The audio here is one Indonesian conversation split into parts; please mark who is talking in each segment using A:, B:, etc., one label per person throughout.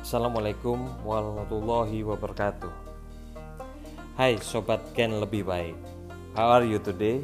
A: Assalamualaikum warahmatullahi wabarakatuh. Hai Sobat Ken Lebih Baik, how are you today?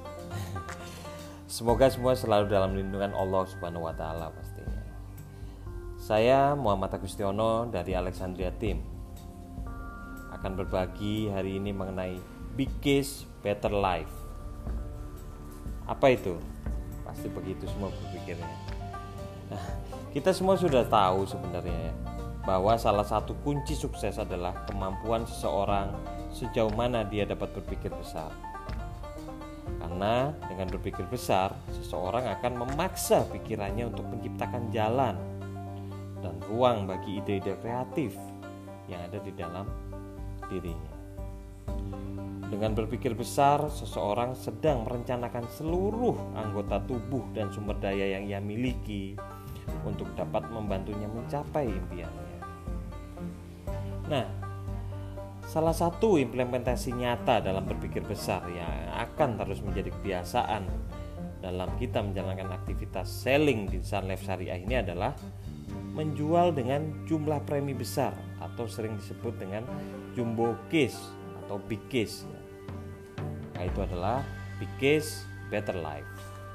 A: Semoga semua selalu dalam lindungan Allah Subhanahu wa Ta'ala pastinya. Saya Muhammad Agustiono dari Alexandria Team akan berbagi hari ini mengenai Big Case Better Life. Apa itu? Pasti begitu semua berpikirnya. Nah, kita semua sudah tahu sebenarnya bahwa salah satu kunci sukses adalah kemampuan seseorang sejauh mana dia dapat berpikir besar. Karena dengan berpikir besar, seseorang akan memaksa pikirannya untuk menciptakan jalan dan ruang bagi ide-ide kreatif yang ada di dalam dirinya. Dengan berpikir besar, seseorang sedang merencanakan seluruh anggota tubuh dan sumber daya yang ia miliki untuk dapat membantunya mencapai impiannya. Nah, salah satu implementasi nyata dalam berpikir besar yang akan terus menjadi kebiasaan dalam kita menjalankan aktivitas selling di Sun Life Syariah ini adalah menjual dengan jumlah premi besar atau sering disebut dengan jumbo case atau big case. Nah, itu adalah Big Case Better Life.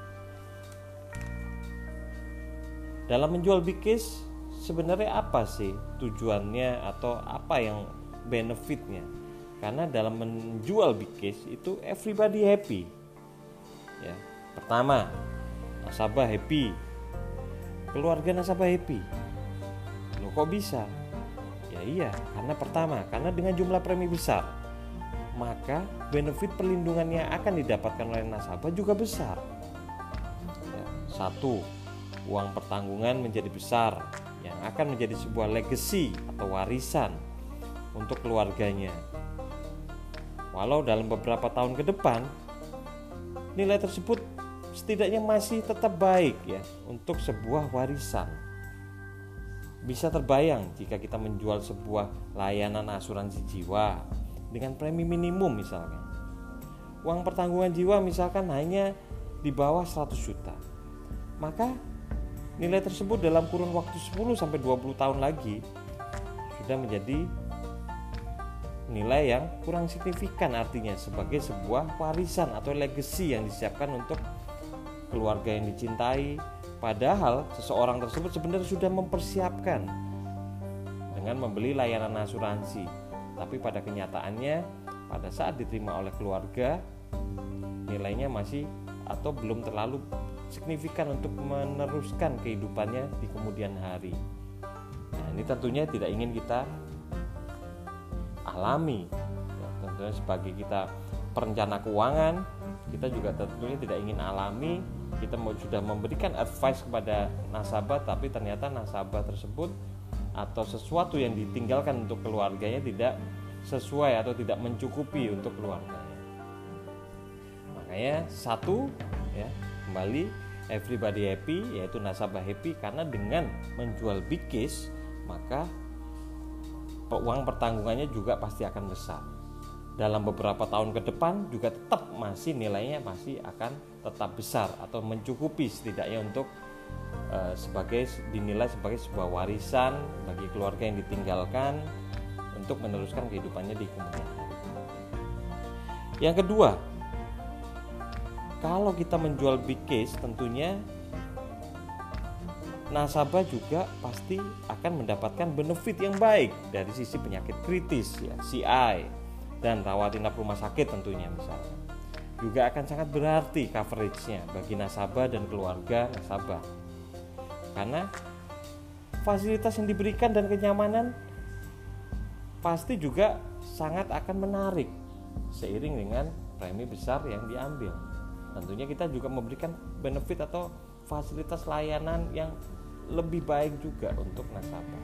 A: Dalam menjual big case, sebenarnya apa sih tujuannya atau apa yang benefitnya? Karena dalam menjual big case itu everybody happy. Ya, pertama, nasabah happy, keluarga nasabah happy. Loh kok bisa? Ya iya, karena dengan jumlah premi besar, maka benefit perlindungan yang akan didapatkan oleh nasabah juga besar. Ya, satu, uang pertanggungan menjadi besar yang akan menjadi sebuah legacy atau warisan untuk keluarganya. Walau dalam beberapa tahun ke depan nilai tersebut setidaknya masih tetap baik ya untuk sebuah warisan. Bisa terbayang jika kita menjual sebuah layanan asuransi jiwa dengan premi minimum misalnya. Uang pertanggungan jiwa misalkan hanya di bawah 100 juta. Maka nilai tersebut dalam kurun waktu 10 sampai 20 tahun lagi sudah menjadi nilai yang kurang signifikan, artinya sebagai sebuah warisan atau legacy yang disiapkan untuk keluarga yang dicintai. Padahal seseorang tersebut sebenarnya sudah mempersiapkan dengan membeli layanan asuransi, tapi pada kenyataannya pada saat diterima oleh keluarga nilainya masih atau belum terlalu signifikan untuk meneruskan kehidupannya di kemudian hari. Nah, ini tentunya tidak ingin kita alami. Ya, tentunya sebagai kita perencana keuangan, kita juga tentunya tidak ingin alami. Kita sudah memberikan advice kepada nasabah, tapi ternyata nasabah tersebut atau sesuatu yang ditinggalkan untuk keluarganya tidak sesuai atau tidak mencukupi untuk keluarganya. Makanya satu, ya, kembali everybody happy, yaitu nasabah happy karena dengan menjual big case maka uang pertanggungannya juga pasti akan besar. Dalam beberapa tahun ke depan juga tetap masih nilainya masih akan tetap besar atau mencukupi setidaknya untuk dinilai sebagai sebuah warisan bagi keluarga yang ditinggalkan untuk meneruskan kehidupannya di kemudian hari. Yang kedua, kalau kita menjual big case tentunya nasabah juga pasti akan mendapatkan benefit yang baik dari sisi penyakit kritis ya, CI dan rawat inap rumah sakit tentunya misalnya. Juga akan sangat berarti coveragenya bagi nasabah dan keluarga nasabah. Karena fasilitas yang diberikan dan kenyamanan pasti juga sangat akan menarik seiring dengan premi besar yang diambil. Tentunya kita juga memberikan benefit atau fasilitas layanan yang lebih baik juga untuk nasabah.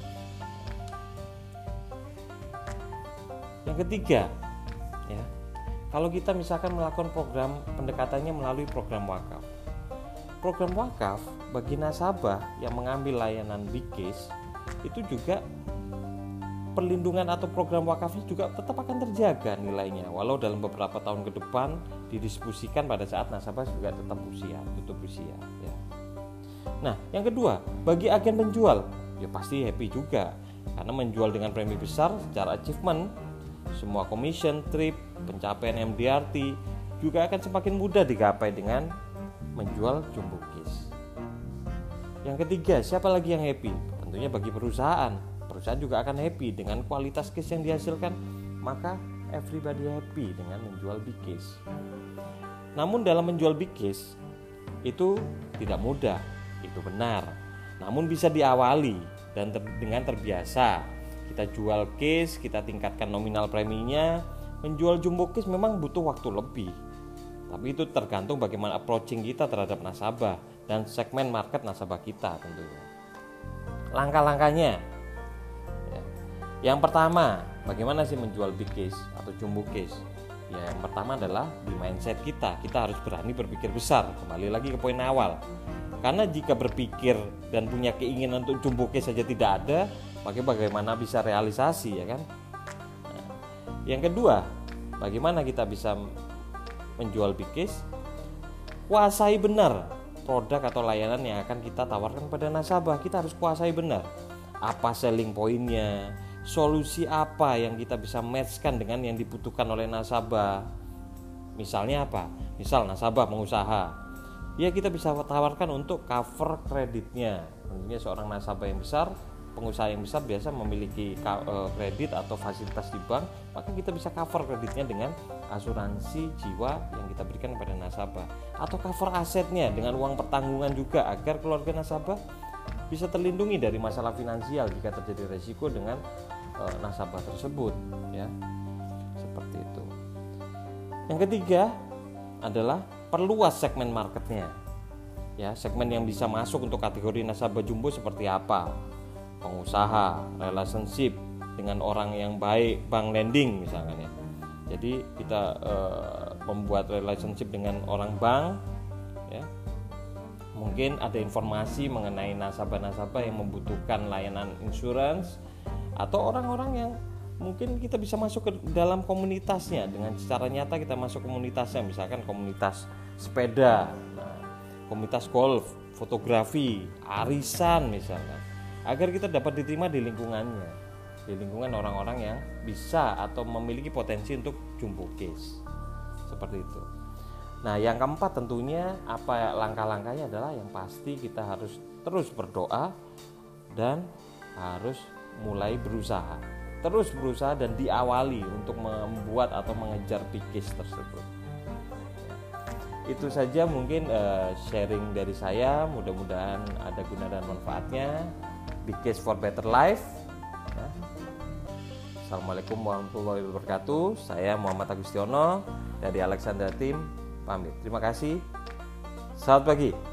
A: Yang ketiga, ya, kalau kita misalkan melakukan program pendekatannya melalui program wakaf. Program wakaf bagi nasabah yang mengambil layanan big case itu juga perlindungan atau program wakafnya juga tetap akan terjaga nilainya walau dalam beberapa tahun ke depan didiskusikan pada saat nasabah juga tetap tutup usia ya. Nah, yang kedua, bagi agen penjual ya pasti happy juga, karena menjual dengan premi besar secara achievement, semua commission, trip, pencapaian MDRT juga akan semakin mudah digapai dengan menjual jumbo case. Yang ketiga, siapa lagi yang happy? Tentunya bagi perusahaan juga akan happy dengan kualitas case yang dihasilkan, maka everybody happy dengan menjual big case. Namun dalam menjual big case itu tidak mudah, itu benar. Namun bisa diawali dan dengan terbiasa. Kita jual case, kita tingkatkan nominal preminya. Menjual jumbo case memang butuh waktu lebih. Tapi itu tergantung bagaimana approaching kita terhadap nasabah dan segmen market nasabah kita tentunya. Langkah-langkahnya. Yang pertama, bagaimana sih menjual big case atau jumbo case? Ya, yang pertama adalah di mindset kita. Kita harus berani berpikir besar. Kembali lagi ke poin awal. Karena jika berpikir dan punya keinginan untuk jumbo case saja tidak ada, maka bagaimana bisa realisasi, ya kan? Nah, yang kedua, bagaimana kita bisa menjual big case? Kuasai benar produk atau layanan yang akan kita tawarkan pada nasabah. Kita harus kuasai benar. Apa selling pointnya? Solusi apa yang kita bisa matchkan dengan yang dibutuhkan oleh nasabah. Misalnya apa? Misal nasabah pengusaha, ya kita bisa tawarkan untuk cover kreditnya. Tentunya seorang nasabah yang besar, pengusaha yang besar biasa memiliki kredit atau fasilitas di bank, maka kita bisa cover kreditnya dengan asuransi jiwa yang kita berikan kepada nasabah, atau cover asetnya dengan uang pertanggungan juga, agar keluarga nasabah bisa terlindungi dari masalah finansial jika terjadi resiko dengan nasabah tersebut, ya, seperti itu. Yang ketiga adalah perluas segmen marketnya, ya, segmen yang bisa masuk untuk kategori nasabah jumbo seperti apa? Pengusaha, relationship dengan orang yang baik, bank lending misalkan, ya. Jadi kita membuat relationship dengan orang bank, ya. Mungkin ada informasi mengenai nasabah-nasabah yang membutuhkan layanan insurance, atau orang-orang yang mungkin kita bisa masuk ke dalam komunitasnya. Dengan secara nyata kita masuk komunitasnya, misalkan komunitas sepeda, komunitas golf, fotografi, arisan misalkan, agar kita dapat diterima di lingkungannya, di lingkungan orang-orang yang bisa atau memiliki potensi untuk jumbo case, seperti itu. Nah, yang keempat tentunya apa langkah-langkahnya adalah yang pasti kita harus terus berdoa dan harus mulai terus berusaha dan diawali untuk membuat atau mengejar big case tersebut. Itu saja mungkin sharing dari saya, mudah-mudahan ada guna dan manfaatnya. Big case for better life. Assalamualaikum warahmatullahi wabarakatuh. Saya Muhammad Agustiono dari Alexandra Team pamit. Terima kasih. Selamat pagi.